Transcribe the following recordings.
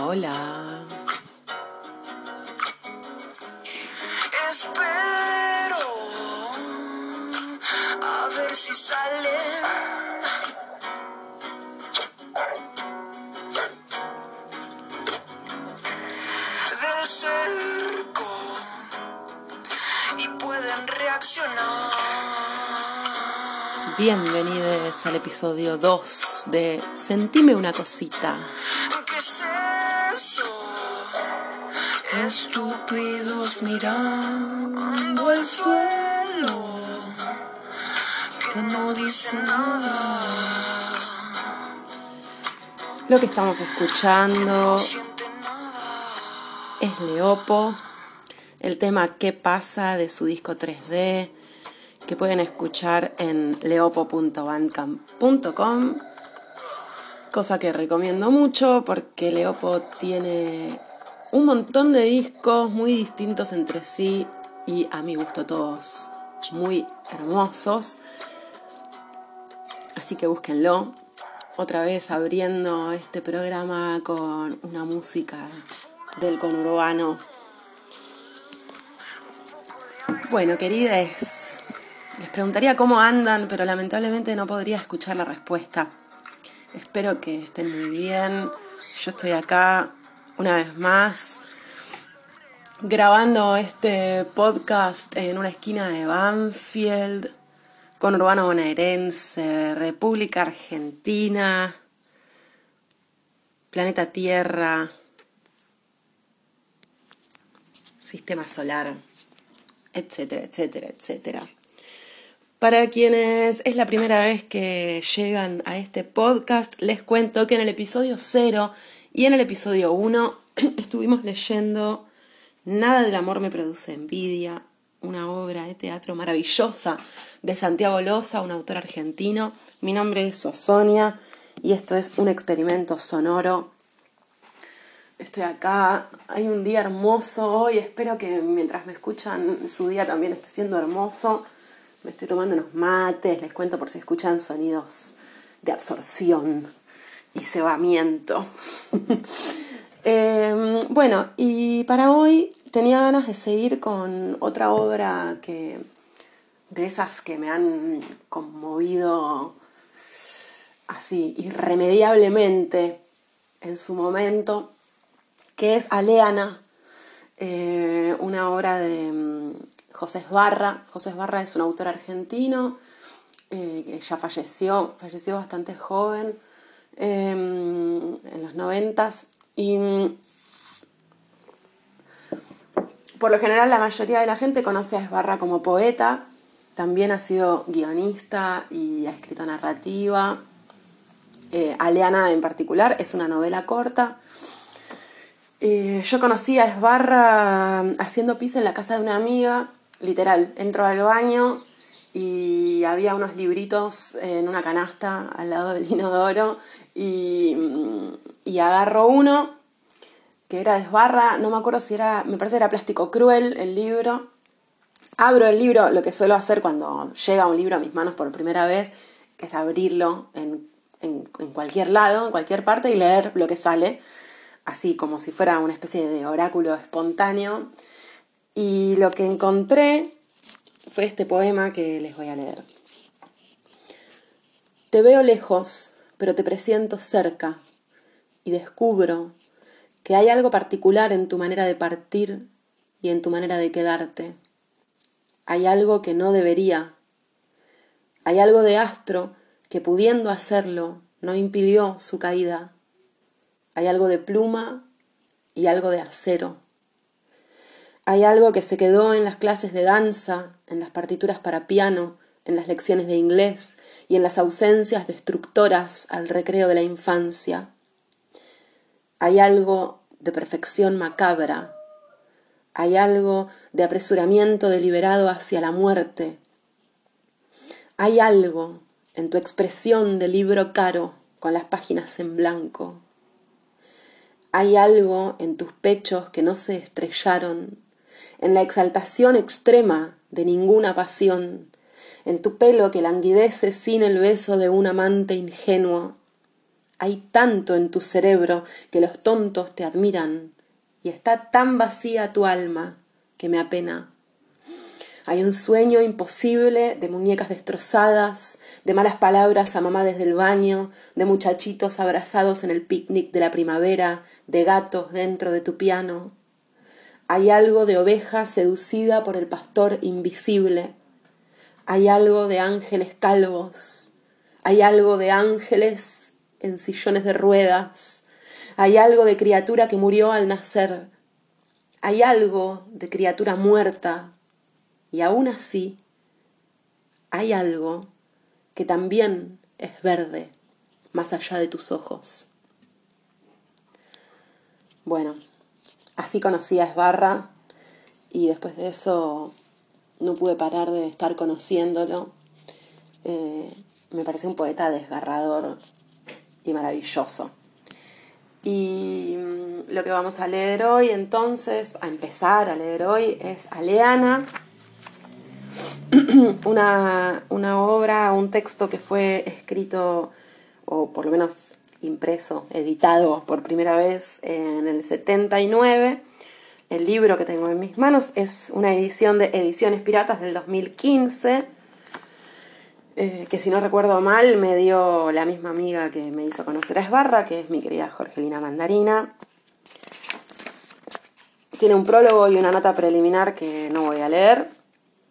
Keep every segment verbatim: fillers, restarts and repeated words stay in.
hola. Espero a ver si sale. Del cerco y pueden reaccionar. Bienvenidos al episodio dos de Sentime una cosita. ¿Qué es eso? Estúpidos mirando el suelo que no dicen nada. Lo que estamos escuchando No sienten nada. es Leopo, el tema ¿Qué pasa? De su disco tres D, que pueden escuchar en leopo punto bandcamp punto com, cosa que recomiendo mucho porque Leopo tiene un montón de discos muy distintos entre sí y a mi gusto todos muy hermosos, así que búsquenlo. Otra vez abriendo este programa con una música del conurbano. Bueno, queridas, les preguntaría cómo andan, pero lamentablemente no podría escuchar la respuesta. Espero que estén muy bien. Yo estoy acá una vez más grabando este podcast en una esquina de Banfield, conurbano bonaerense, República Argentina, planeta Tierra, sistema solar, etcétera, etcétera, etcétera. Para quienes es la primera vez que llegan a este podcast, les cuento que en el episodio cero y en el episodio uno estuvimos leyendo Nada del amor me produce envidia, una obra de teatro maravillosa de Santiago Loza, un autor argentino. Mi nombre es Sosonia y esto es un experimento sonoro. Estoy acá, hay un día hermoso hoy, espero que mientras me escuchan su día también esté siendo hermoso. Me estoy tomando unos mates, les cuento por si escuchan sonidos de absorción y cebamiento. eh, bueno, y para hoy tenía ganas de seguir con otra obra que de esas que me han conmovido así irremediablemente en su momento, que es Aleana, eh, una obra de um, José Esbarra. José Esbarra es un autor argentino eh, que ya falleció, falleció bastante joven, eh, en los noventas, y um, por lo general la mayoría de la gente conoce a Esbarra como poeta. También ha sido guionista y ha escrito narrativa. eh, Aleana en particular es una novela corta. Eh, yo conocí a Esbarra haciendo pis en la casa de una amiga, literal, entro al baño y había unos libritos en una canasta al lado del inodoro y, y agarro uno que era de Esbarra, no me acuerdo si era, me parece que era Plástico Cruel el libro. Abro el libro, lo que suelo hacer cuando llega un libro a mis manos por primera vez, que es abrirlo en, en, en cualquier lado, en cualquier parte y leer lo que sale. Así como si fuera una especie de oráculo espontáneo. Y lo que encontré fue este poema que les voy a leer. Te veo lejos, pero te presiento cerca, y descubro que hay algo particular en tu manera de partir y en tu manera de quedarte. Hay algo que no debería. Hay algo de astro que, pudiendo hacerlo, no impidió su caída. Hay algo de pluma y algo de acero. Hay algo que se quedó en las clases de danza, en las partituras para piano, en las lecciones de inglés y en las ausencias destructoras al recreo de la infancia. Hay algo de perfección macabra. Hay algo de apresuramiento deliberado hacia la muerte. Hay algo en tu expresión de libro caro con las páginas en blanco. Hay algo en tus pechos que no se estrellaron, en la exaltación extrema de ninguna pasión, en tu pelo que languidece sin el beso de un amante ingenuo. Hay tanto en tu cerebro que los tontos te admiran y está tan vacía tu alma que me apena. Hay un sueño imposible de muñecas destrozadas, de malas palabras a mamá desde el baño, de muchachitos abrazados en el picnic de la primavera, de gatos dentro de tu piano. Hay algo de oveja seducida por el pastor invisible. Hay algo de ángeles calvos. Hay algo de ángeles en sillones de ruedas. Hay algo de criatura que murió al nacer. Hay algo de criatura muerta. Y aún así, hay algo que también es verde, más allá de tus ojos. Bueno, así conocí a Esbarra y después de eso no pude parar de estar conociéndolo. Eh, me pareció un poeta desgarrador y maravilloso. Y lo que vamos a leer hoy entonces, a empezar a leer hoy, es Aleana. Una, una obra, un texto que fue escrito, o por lo menos impreso, editado por primera vez en el setenta y nueve. El libro que tengo en mis manos es una edición de Ediciones Piratas del dos mil quince, eh, que si no recuerdo mal me dio la misma amiga que me hizo conocer a Esbarra, que es mi querida Jorgelina Mandarina. Tiene un prólogo y una nota preliminar que no voy a leer.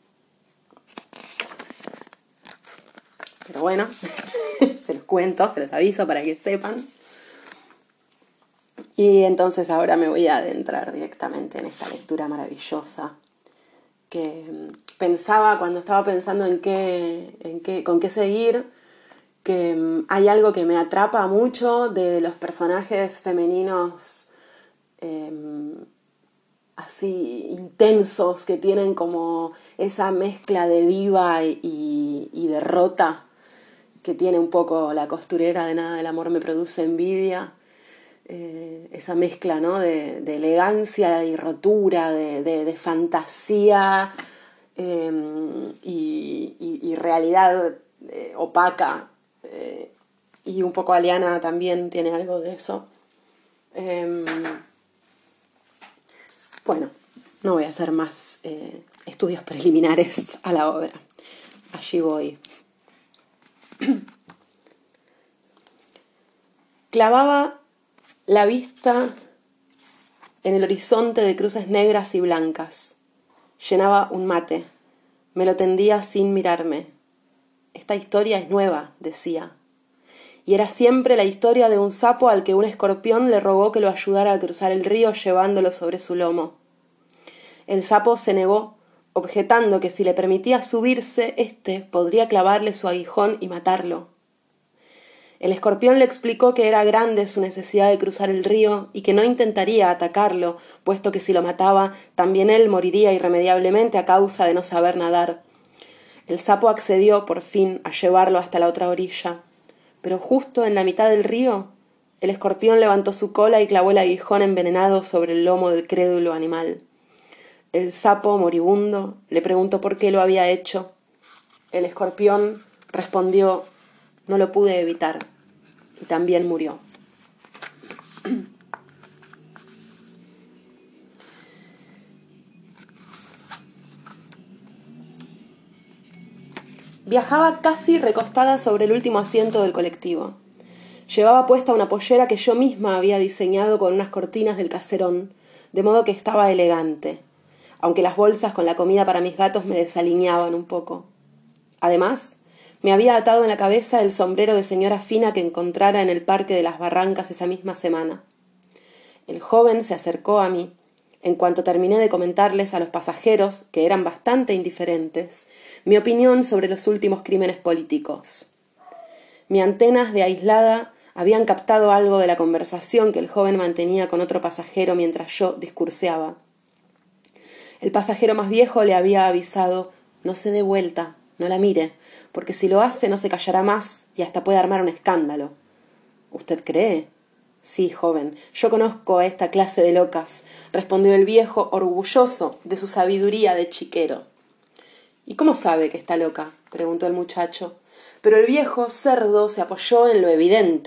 Pero bueno, se los cuento, se los aviso para que sepan. Y entonces ahora me voy a adentrar directamente en esta lectura maravillosa que pensaba cuando estaba pensando en qué, en qué, con qué seguir, que hay algo que me atrapa mucho de los personajes femeninos eh, así intensos, que tienen como esa mezcla de diva y, y derrota que tiene un poco la costurera de Nada del amor me produce envidia. Eh, esa mezcla, ¿no? de, de elegancia y rotura, de, de, de fantasía eh, y, y, y realidad eh, opaca. Eh, y un poco Aleana también tiene algo de eso. Eh, bueno, no voy a hacer más eh, estudios preliminares a la obra. Allí voy. Clavaba la vista en el horizonte de cruces negras y blancas. Llenaba un mate. Me lo tendía sin mirarme. Esta historia es nueva, decía. Y era siempre la historia de un sapo al que un escorpión le rogó que lo ayudara a cruzar el río llevándolo sobre su lomo. El sapo se negó, objetando que si le permitía subirse, éste podría clavarle su aguijón y matarlo. El escorpión le explicó que era grande su necesidad de cruzar el río y que no intentaría atacarlo, puesto que si lo mataba, también él moriría irremediablemente a causa de no saber nadar. El sapo accedió, por fin, a llevarlo hasta la otra orilla. Pero justo en la mitad del río, el escorpión levantó su cola y clavó el aguijón envenenado sobre el lomo del crédulo animal. El sapo, moribundo, le preguntó por qué lo había hecho. El escorpión respondió: no lo pude evitar. Y también murió. Viajaba casi recostada sobre el último asiento del colectivo. Llevaba puesta una pollera que yo misma había diseñado con unas cortinas del caserón, de modo que estaba elegante, aunque las bolsas con la comida para mis gatos me desaliñaban un poco. Además, me había atado en la cabeza el sombrero de señora fina que encontrara en el Parque de las Barrancas esa misma semana. El joven se acercó a mí. En cuanto terminé de comentarles a los pasajeros, que eran bastante indiferentes, mi opinión sobre los últimos crímenes políticos. Mis antenas de aislada habían captado algo de la conversación que el joven mantenía con otro pasajero mientras yo discurseaba. El pasajero más viejo le había avisado: no se dé vuelta, no la mire, porque si lo hace no se callará más y hasta puede armar un escándalo. ¿Usted cree? Sí, joven, yo conozco a esta clase de locas, respondió el viejo, orgulloso de su sabiduría de chiquero. ¿Y cómo sabe que está loca?, preguntó el muchacho. Pero el viejo cerdo se apoyó en lo evidente.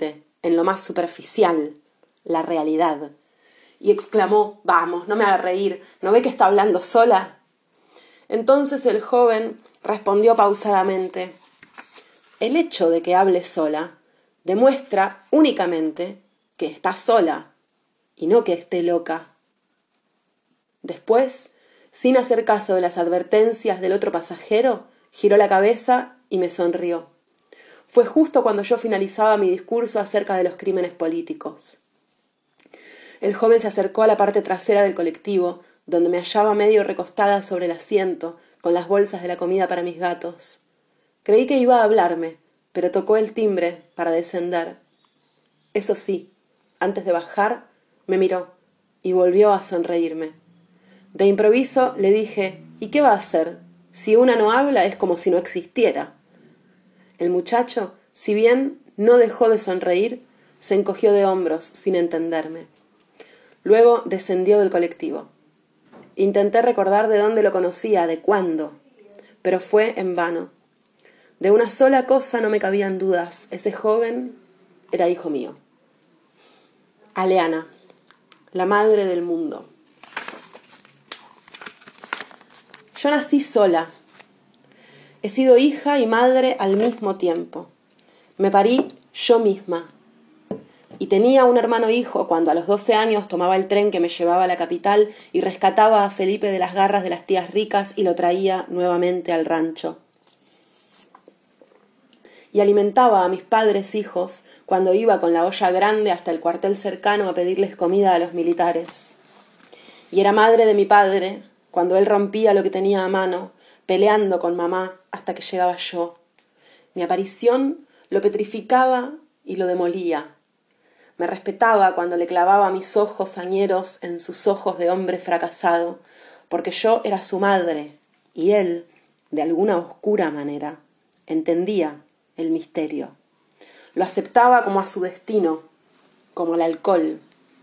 en lo más superficial, la realidad. Y exclamó: «Vamos, no me haga reír, ¿no ve que está hablando sola?». Entonces el joven respondió pausadamente: «El hecho de que hable sola demuestra únicamente que está sola y no que esté loca». Después, sin hacer caso de las advertencias del otro pasajero, giró la cabeza y me sonrió. Fue justo cuando yo finalizaba mi discurso acerca de los crímenes políticos. El joven se acercó a la parte trasera del colectivo, donde me hallaba medio recostada sobre el asiento, con las bolsas de la comida para mis gatos. Creí que iba a hablarme, pero tocó el timbre para descender. Eso sí, antes de bajar, me miró y volvió a sonreírme. De improviso le dije: «¿Y qué va a hacer? Si una no habla es como si no existiera». El muchacho, si bien no dejó de sonreír, se encogió de hombros sin entenderme. Luego descendió del colectivo. Intenté recordar de dónde lo conocía, de cuándo, pero fue en vano. De una sola cosa no me cabían dudas: ese joven era hijo mío. Aleana, la madre del mundo. Yo nací sola. He sido hija y madre al mismo tiempo. Me parí yo misma. Y tenía un hermano hijo cuando a los doce años tomaba el tren que me llevaba a la capital y rescataba a Felipe de las garras de las tías ricas y lo traía nuevamente al rancho. Y alimentaba a mis padres hijos cuando iba con la olla grande hasta el cuartel cercano a pedirles comida a los militares. Y era madre de mi padre cuando él rompía lo que tenía a mano, peleando con mamá hasta que llegaba yo. Mi aparición lo petrificaba y lo demolía. Me respetaba cuando le clavaba mis ojos añeros en sus ojos de hombre fracasado, porque yo era su madre y él, de alguna oscura manera, entendía el misterio. Lo aceptaba como a su destino, como el alcohol.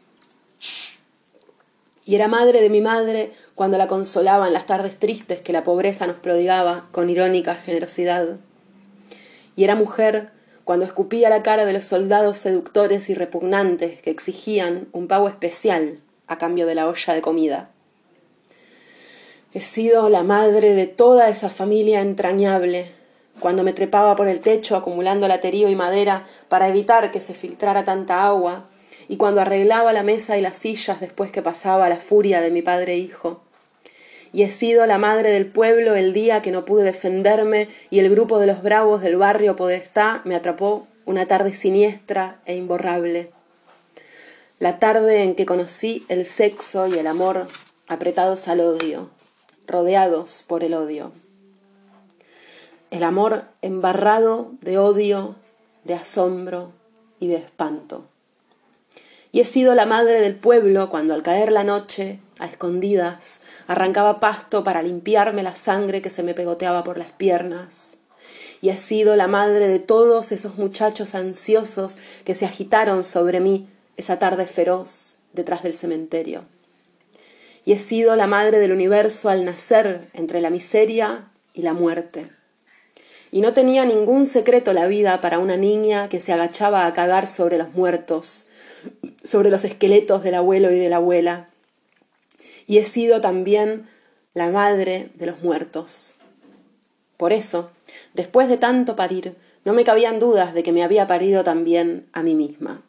Y era madre de mi madre cuando la consolaba en las tardes tristes que la pobreza nos prodigaba con irónica generosidad. Y era mujer cuando escupía la cara de los soldados seductores y repugnantes que exigían un pago especial a cambio de la olla de comida. He sido la madre de toda esa familia entrañable, cuando me trepaba por el techo acumulando laterío y madera para evitar que se filtrara tanta agua, y cuando arreglaba la mesa y las sillas después que pasaba la furia de mi padre e hijo. Y he sido la madre del pueblo el día que no pude defenderme y el grupo de los bravos del barrio Podestá me atrapó una tarde siniestra e imborrable. La tarde en que conocí el sexo y el amor apretados al odio, rodeados por el odio. El amor embarrado de odio, de asombro y de espanto. Y he sido la madre del pueblo cuando al caer la noche, a escondidas, arrancaba pasto para limpiarme la sangre que se me pegoteaba por las piernas. Y he sido la madre de todos esos muchachos ansiosos que se agitaron sobre mí esa tarde feroz detrás del cementerio. Y he sido la madre del universo al nacer entre la miseria y la muerte. Y no tenía ningún secreto la vida para una niña que se agachaba a cagar sobre los muertos, sobre los esqueletos del abuelo y de la abuela. Y he sido también la madre de los muertos. Por eso, después de tanto parir, no me cabían dudas de que me había parido también a mí misma.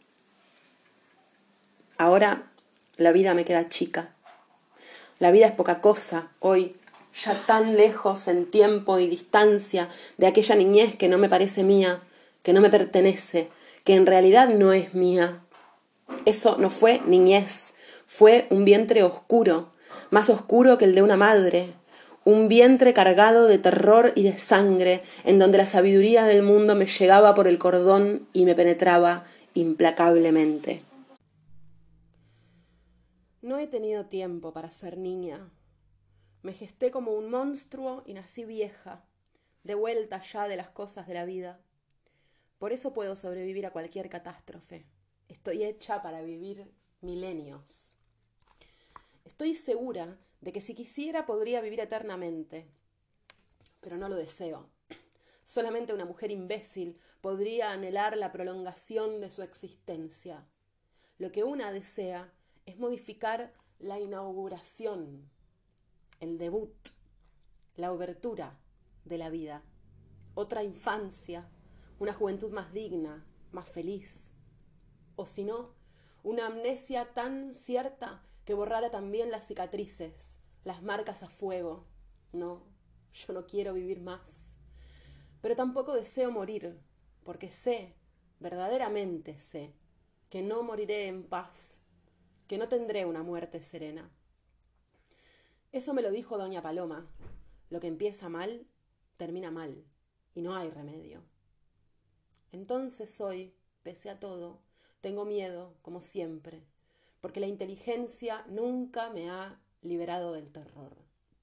Ahora la vida me queda chica. La vida es poca cosa hoy, ya tan lejos en tiempo y distancia de aquella niñez que no me parece mía, que no me pertenece, que en realidad no es mía. Eso no fue niñez, fue un vientre oscuro, más oscuro que el de una madre, un vientre cargado de terror y de sangre, en donde la sabiduría del mundo me llegaba por el cordón y me penetraba implacablemente. No he tenido tiempo para ser niña. Me gesté como un monstruo y nací vieja, de vuelta ya de las cosas de la vida. Por eso puedo sobrevivir a cualquier catástrofe. Estoy hecha para vivir milenios. Estoy segura de que si quisiera podría vivir eternamente, pero no lo deseo. Solamente una mujer imbécil podría anhelar la prolongación de su existencia. Lo que una desea es modificar la inauguración, el debut, la obertura de la vida. Otra infancia, una juventud más digna, más feliz. O si no, una amnesia tan cierta que borrara también las cicatrices, las marcas a fuego. No, yo no quiero vivir más. Pero tampoco deseo morir, porque sé, verdaderamente sé, que no moriré en paz, que no tendré una muerte serena. Eso me lo dijo doña Paloma. Lo que empieza mal, termina mal, y no hay remedio. Entonces hoy, pese a todo, tengo miedo, como siempre, porque la inteligencia nunca me ha liberado del terror.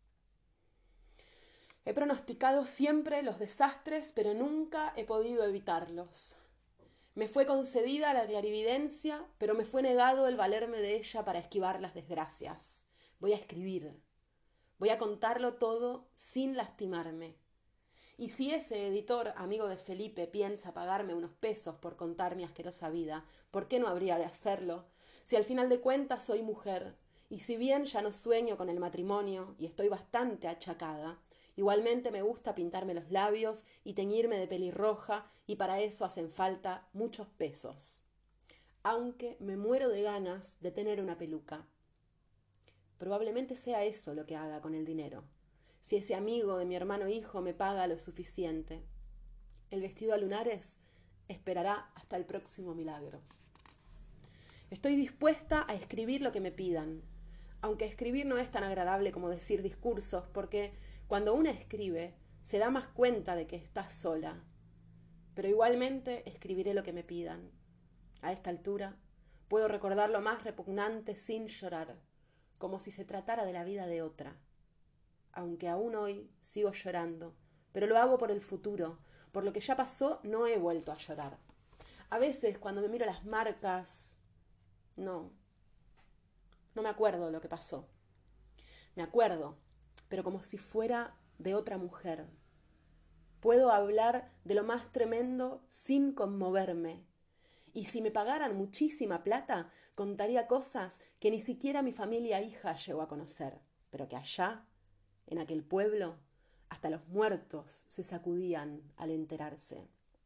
He pronosticado siempre los desastres, pero nunca he podido evitarlos. Me fue concedida la clarividencia, pero me fue negado el valerme de ella para esquivar las desgracias. Voy a escribir. Voy a contarlo todo sin lastimarme. Y si ese editor, amigo de Felipe, piensa pagarme unos pesos por contar mi asquerosa vida, ¿por qué no habría de hacerlo? Si al final de cuentas soy mujer, y si bien ya no sueño con el matrimonio y estoy bastante achacada, igualmente me gusta pintarme los labios y teñirme de pelirroja, y para eso hacen falta muchos pesos. Aunque me muero de ganas de tener una peluca. Probablemente sea eso lo que haga con el dinero. Si ese amigo de mi hermano hijo me paga lo suficiente. El vestido a lunares esperará hasta el próximo milagro. Estoy dispuesta a escribir lo que me pidan, aunque escribir no es tan agradable como decir discursos, porque cuando una escribe se da más cuenta de que está sola. Pero igualmente escribiré lo que me pidan. A esta altura puedo recordar lo más repugnante sin llorar, como si se tratara de la vida de otra. Aunque aún hoy sigo llorando, pero lo hago por el futuro. Por lo que ya pasó, no he vuelto a llorar. A veces, cuando me miro las marcas, no, no me acuerdo de lo que pasó. Me acuerdo, pero como si fuera de otra mujer. Puedo hablar de lo más tremendo sin conmoverme. Y si me pagaran muchísima plata, contaría cosas que ni siquiera mi familia hija llegó a conocer, pero que allá, en aquel pueblo, hasta los muertos se sacudían al enterarse.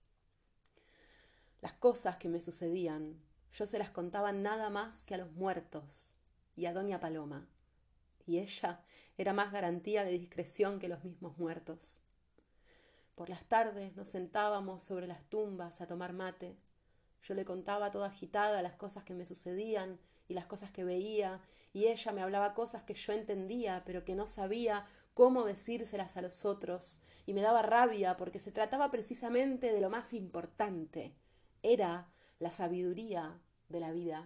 Las cosas que me sucedían, yo se las contaba nada más que a los muertos y a doña Paloma, y ella era más garantía de discreción que los mismos muertos. Por las tardes nos sentábamos sobre las tumbas a tomar mate. Yo le contaba toda agitada las cosas que me sucedían y las cosas que veía, y ella me hablaba cosas que yo entendía, pero que no sabía cómo decírselas a los otros, y me daba rabia porque se trataba precisamente de lo más importante. Era la sabiduría de la vida.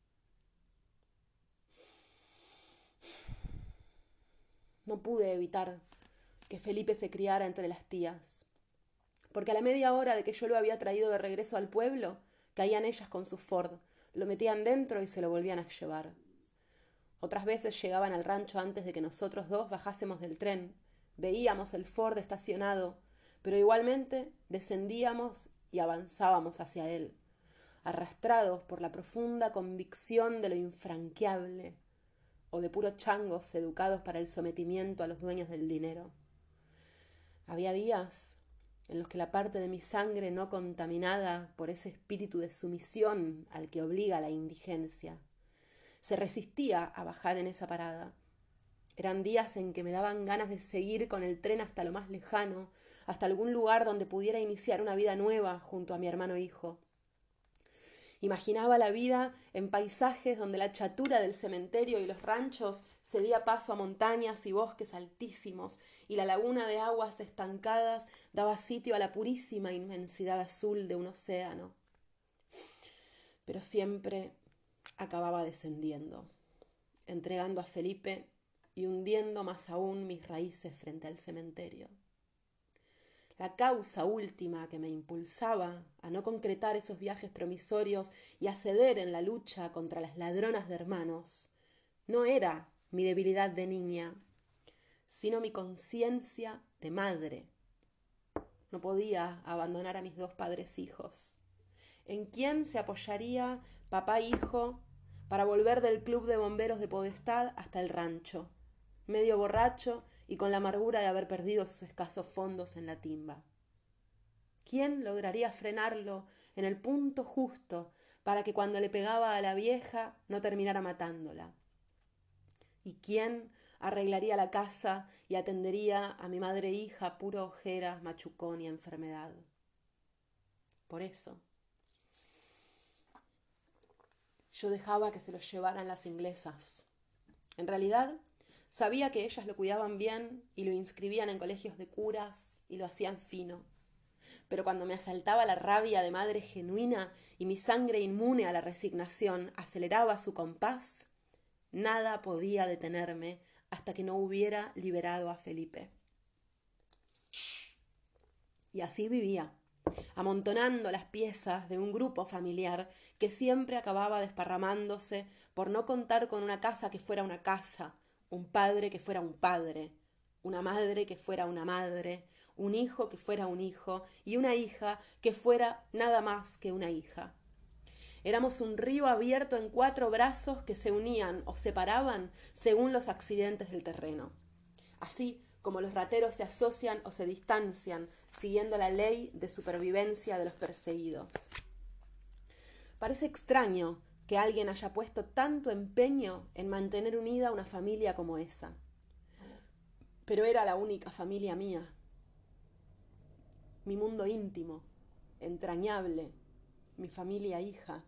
No pude evitar que Felipe se criara entre las tías, porque a la media hora de que yo lo había traído de regreso al pueblo, caían ellas con su Ford, lo metían dentro y se lo volvían a llevar. Otras veces llegaban al rancho antes de que nosotros dos bajásemos del tren. Veíamos el Ford estacionado, pero igualmente descendíamos y avanzábamos hacia él, arrastrados por la profunda convicción de lo infranqueable, o de puros changos educados para el sometimiento a los dueños del dinero. Había días en los que la parte de mi sangre no contaminada por ese espíritu de sumisión al que obliga la indigencia se resistía a bajar en esa parada. Eran días en que me daban ganas de seguir con el tren hasta lo más lejano, hasta algún lugar donde pudiera iniciar una vida nueva junto a mi hermano hijo. Imaginaba la vida en paisajes donde la chatura del cementerio y los ranchos cedía paso a montañas y bosques altísimos, y la laguna de aguas estancadas daba sitio a la purísima inmensidad azul de un océano. Pero siempre acababa descendiendo, entregando a Felipe y hundiendo más aún mis raíces frente al cementerio. La causa última que me impulsaba a no concretar esos viajes promisorios y a ceder en la lucha contra las ladronas de hermanos no era mi debilidad de niña, sino mi conciencia de madre. no podía abandonar a mis dos padres hijos. ¿En quién se apoyaría papá e hijo para volver del club de bomberos de Podestad hasta el rancho, medio borracho y con la amargura de haber perdido sus escasos fondos en la timba? ¿Quién lograría frenarlo en el punto justo para que cuando le pegaba a la vieja no terminara matándola? ¿Y quién arreglaría la casa y atendería a mi madre e hija pura ojera, machucón y enfermedad? Por eso yo dejaba que se lo llevaran las inglesas. En realidad, sabía que ellas lo cuidaban bien y lo inscribían en colegios de curas y lo hacían fino. Pero cuando me asaltaba la rabia de madre genuina y mi sangre inmune a la resignación aceleraba su compás, nada podía detenerme hasta que no hubiera liberado a Felipe. Y así vivía, amontonando las piezas de un grupo familiar que siempre acababa desparramándose por no contar con una casa que fuera una casa, un padre que fuera un padre, una madre que fuera una madre, un hijo que fuera un hijo y una hija que fuera nada más que una hija. Éramos un río abierto en cuatro brazos que se unían o separaban según los accidentes del terreno. Así como los rateros se asocian o se distancian siguiendo la ley de supervivencia de los perseguidos. Parece extraño que alguien haya puesto tanto empeño en mantener unida una familia como esa. Pero era la única familia mía. Mi mundo íntimo, entrañable, mi familia hija.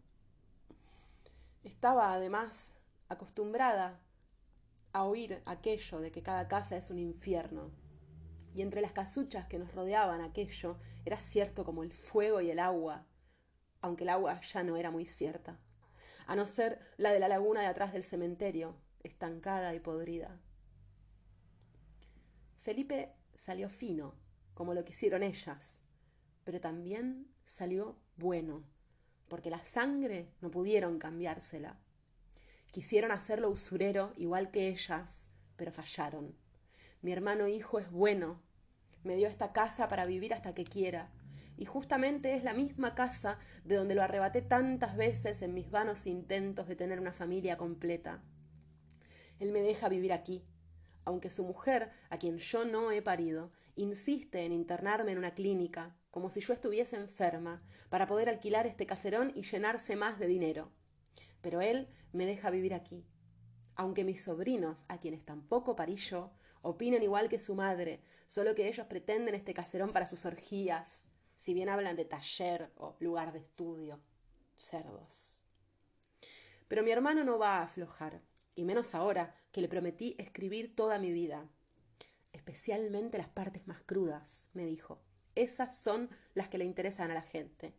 Estaba, además, acostumbrada a oír aquello de que cada casa es un infierno. Y entre las casuchas que nos rodeaban aquello era cierto como el fuego y el agua, aunque el agua ya no era muy cierta, a no ser la de la laguna de atrás del cementerio, estancada y podrida. Felipe salió fino, como lo quisieron ellas, pero también salió bueno, porque la sangre no pudieron cambiársela. Quisieron hacerlo usurero igual que ellas, pero fallaron. Mi hermano hijo es bueno, me dio esta casa para vivir hasta que quiera, y justamente es la misma casa de donde lo arrebaté tantas veces en mis vanos intentos de tener una familia completa. Él me deja vivir aquí, aunque su mujer, a quien yo no he parido, insiste en internarme en una clínica, como si yo estuviese enferma, para poder alquilar este caserón y llenarse más de dinero. Pero él me deja vivir aquí, aunque mis sobrinos, a quienes tampoco parí yo, opinen igual que su madre, solo que ellos pretenden este caserón para sus orgías, si bien hablan de taller o lugar de estudio. Cerdos. Pero mi hermano no va a aflojar, y menos ahora que le prometí escribir toda mi vida. Especialmente las partes más crudas, me dijo. Esas son las que le interesan a la gente.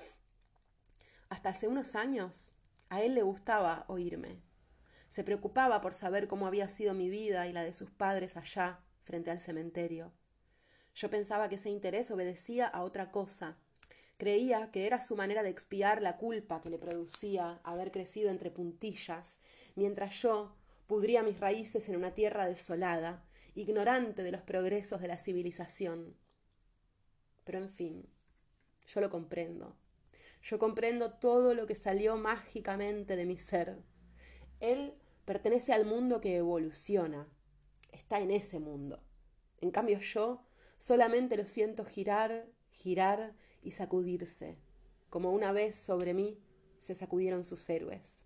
Hasta hace unos años, a él le gustaba oírme. Se preocupaba por saber cómo había sido mi vida y la de sus padres allá, frente al cementerio. Yo pensaba que ese interés obedecía a otra cosa. Creía que era su manera de expiar la culpa que le producía haber crecido entre puntillas, mientras yo pudría mis raíces en una tierra desolada, ignorante de los progresos de la civilización. Pero en fin, yo lo comprendo. Yo comprendo todo lo que salió mágicamente de mi ser. Él pertenece al mundo que evoluciona. Está en ese mundo. En cambio yo solamente lo siento girar, girar y sacudirse, como una vez sobre mí se sacudieron sus héroes.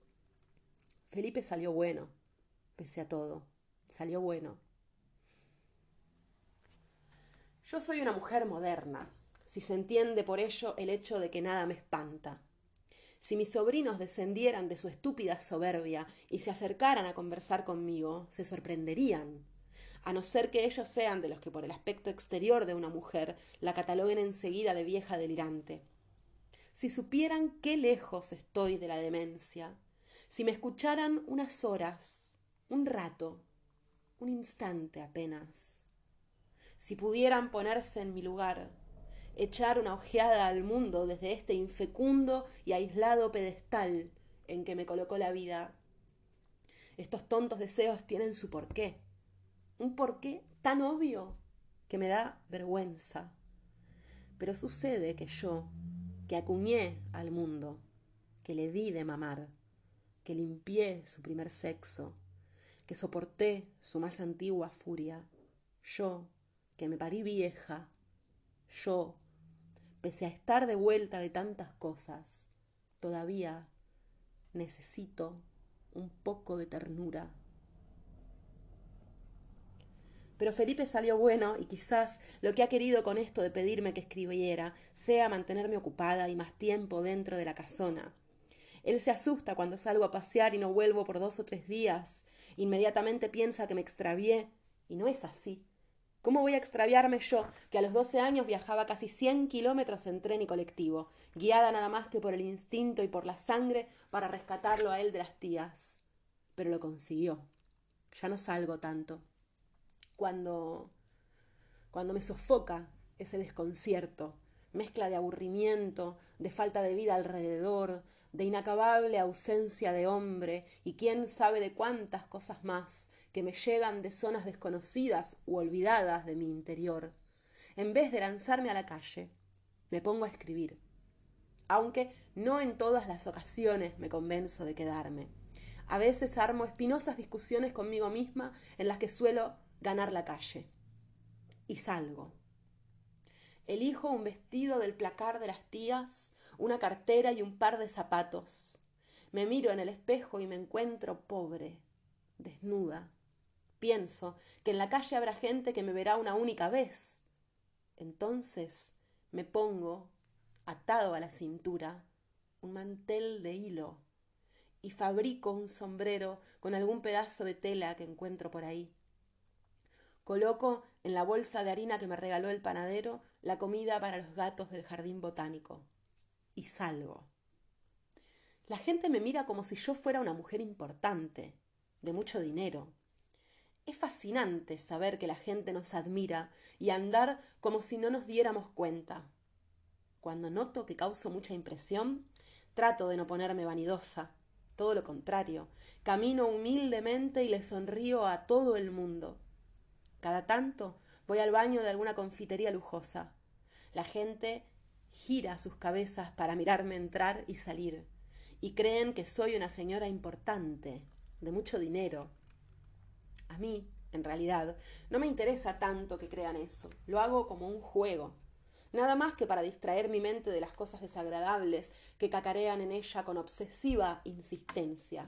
Felipe salió bueno, pese a todo. Salió bueno. Yo soy una mujer moderna, si se entiende por ello el hecho de que nada me espanta. Si mis sobrinos descendieran de su estúpida soberbia y se acercaran a conversar conmigo, se sorprenderían, a no ser que ellos sean de los que por el aspecto exterior de una mujer la cataloguen enseguida de vieja delirante. Si supieran qué lejos estoy de la demencia, si me escucharan unas horas, un rato, un instante apenas, si pudieran ponerse en mi lugar, echar una ojeada al mundo desde este infecundo y aislado pedestal en que me colocó la vida. Estos tontos deseos tienen su porqué, un porqué tan obvio que me da vergüenza. Pero sucede que yo, que acuñé al mundo, que le di de mamar, que limpié su primer sexo, que soporté su más antigua furia, yo, que me parí vieja, yo, pese a estar de vuelta de tantas cosas, todavía necesito un poco de ternura. Pero Felipe salió bueno y quizás lo que ha querido con esto de pedirme que escribiera sea mantenerme ocupada y más tiempo dentro de la casona. Él se asusta cuando salgo a pasear y no vuelvo por dos o tres días. Inmediatamente piensa que me extravié, y no es así. ¿Cómo voy a extraviarme yo, que a los doce años viajaba casi cien kilómetros en tren y colectivo, guiada nada más que por el instinto y por la sangre para rescatarlo a él de las tías? Pero lo consiguió. Ya no salgo tanto. Cuando, cuando me sofoca ese desconcierto, mezcla de aburrimiento, de falta de vida alrededor, de inacabable ausencia de hombre y quién sabe de cuántas cosas más que me llegan de zonas desconocidas u olvidadas de mi interior. En vez de lanzarme a la calle, me pongo a escribir. Aunque no en todas las ocasiones me convenzo de quedarme. A veces armo espinosas discusiones conmigo misma en las que suelo ganar la calle. Y salgo. Elijo un vestido del placar de las tías, una cartera y un par de zapatos. Me miro en el espejo y me encuentro pobre, desnuda. Pienso que en la calle habrá gente que me verá una única vez. Entonces me pongo, atado a la cintura, un mantel de hilo y fabrico un sombrero con algún pedazo de tela que encuentro por ahí. Coloco en la bolsa de harina que me regaló el panadero la comida para los gatos del jardín botánico. Y salgo. La gente me mira como si yo fuera una mujer importante, de mucho dinero. Es fascinante saber que la gente nos admira y andar como si no nos diéramos cuenta. Cuando noto que causo mucha impresión, trato de no ponerme vanidosa. Todo lo contrario, camino humildemente y le sonrío a todo el mundo. Cada tanto voy al baño de alguna confitería lujosa. La gente gira sus cabezas para mirarme entrar y salir, y creen que soy una señora importante, de mucho dinero. A mí, en realidad, no me interesa tanto que crean eso. Lo hago como un juego. Nada más que para distraer mi mente de las cosas desagradables que cacarean en ella con obsesiva insistencia.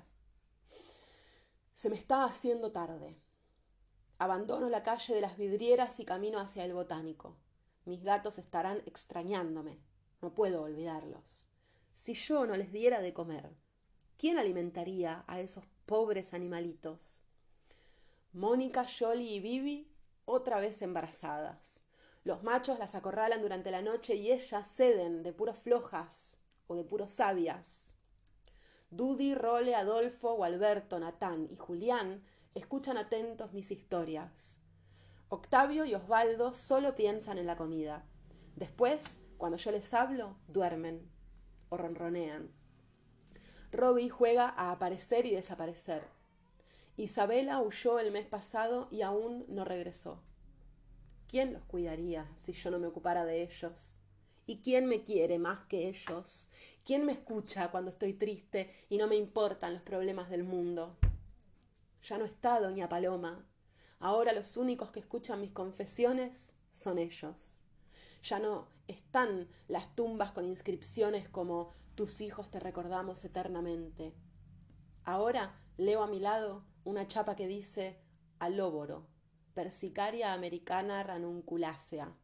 Se me está haciendo tarde. Abandono la calle de las vidrieras y camino hacia el botánico. Mis gatos estarán extrañándome. No puedo olvidarlos. Si yo no les diera de comer, ¿quién alimentaría a esos pobres animalitos? Mónica, Yoli y Bibi, otra vez embarazadas. Los machos las acorralan durante la noche y ellas ceden de puras flojas o de puros sabias. Dudy, Role, Adolfo, Gualberto, Natán y Julián escuchan atentos mis historias. Octavio y Osvaldo solo piensan en la comida. Después, cuando yo les hablo, duermen o ronronean. Robbie juega a aparecer y desaparecer. Isabela huyó el mes pasado y aún no regresó. ¿Quién los cuidaría si yo no me ocupara de ellos? ¿Y quién me quiere más que ellos? ¿Quién me escucha cuando estoy triste y no me importan los problemas del mundo? Ya no está doña Paloma. Ahora los únicos que escuchan mis confesiones son ellos. Ya no están las tumbas con inscripciones como tus hijos te recordamos eternamente. Ahora leo a mi lado una chapa que dice alóboro, Persicaria americana ranunculacea.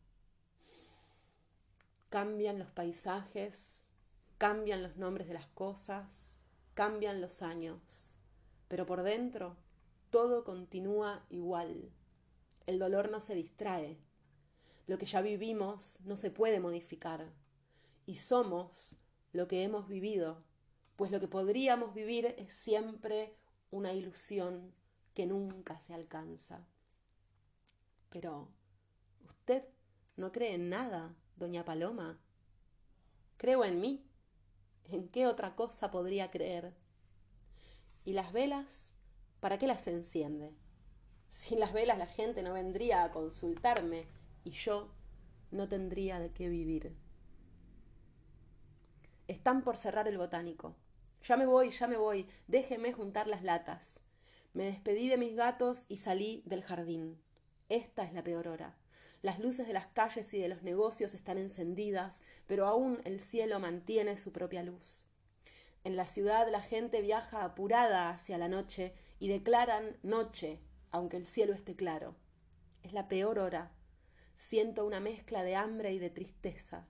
Cambian los paisajes, cambian los nombres de las cosas, cambian los años, pero por dentro todo continúa igual. El dolor no se distrae. Lo que ya vivimos no se puede modificar. Y somos lo que hemos vivido, pues lo que podríamos vivir es siempre una ilusión que nunca se alcanza. Pero, ¿usted no cree en nada, doña Paloma? Creo en mí. ¿En qué otra cosa podría creer? ¿Y las velas? ¿Para qué las enciende? Sin las velas la gente no vendría a consultarme y yo no tendría de qué vivir. Están por cerrar el botánico. Ya me voy, ya me voy, déjeme juntar las latas. Me despedí de mis gatos y salí del jardín. Esta es la peor hora. Las luces de las calles y de los negocios están encendidas, pero aún el cielo mantiene su propia luz. En la ciudad la gente viaja apurada hacia la noche y declaran noche, aunque el cielo esté claro. Es la peor hora. Siento una mezcla de hambre y de tristeza.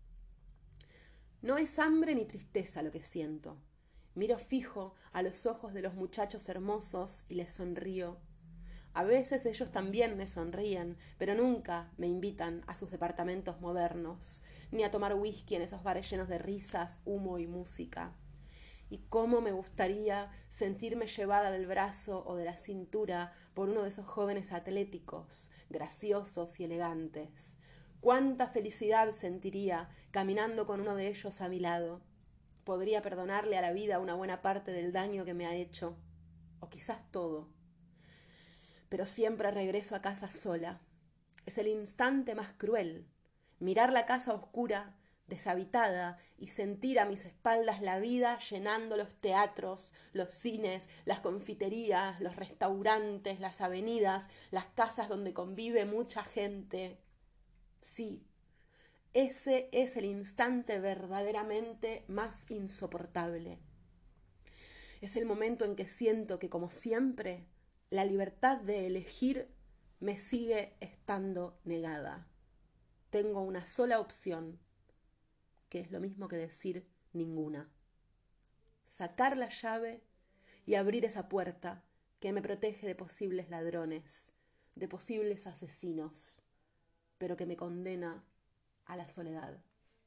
No es hambre ni tristeza lo que siento. Miro fijo a los ojos de los muchachos hermosos y les sonrío. A veces ellos también me sonríen, pero nunca me invitan a sus departamentos modernos, ni a tomar whisky en esos bares llenos de risas, humo y música. Y cómo me gustaría sentirme llevada del brazo o de la cintura por uno de esos jóvenes atléticos, graciosos y elegantes. Cuánta felicidad sentiría caminando con uno de ellos a mi lado. Podría perdonarle a la vida una buena parte del daño que me ha hecho, o quizás todo. Pero siempre regreso a casa sola. Es el instante más cruel. Mirar la casa oscura, deshabitada, y sentir a mis espaldas la vida llenando los teatros, los cines, las confiterías, los restaurantes, las avenidas, las casas donde convive mucha gente. Sí, ese es el instante verdaderamente más insoportable. Es el momento en que siento que, como siempre, la libertad de elegir me sigue estando negada. Tengo una sola opción, que es lo mismo que decir ninguna. Sacar la llave y abrir esa puerta que me protege de posibles ladrones, de posibles asesinos, pero que me condena a la soledad.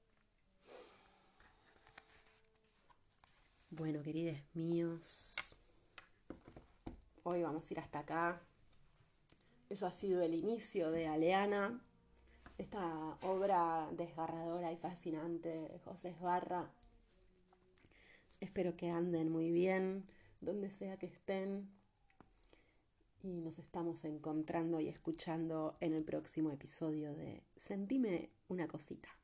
Bueno, queridos míos, hoy vamos a ir hasta acá. Eso ha sido el inicio de Aleana, esta obra desgarradora y fascinante de José Esbarra. Espero que anden muy bien, donde sea que estén, y nos estamos encontrando y escuchando en el próximo episodio de Sentime una cosita.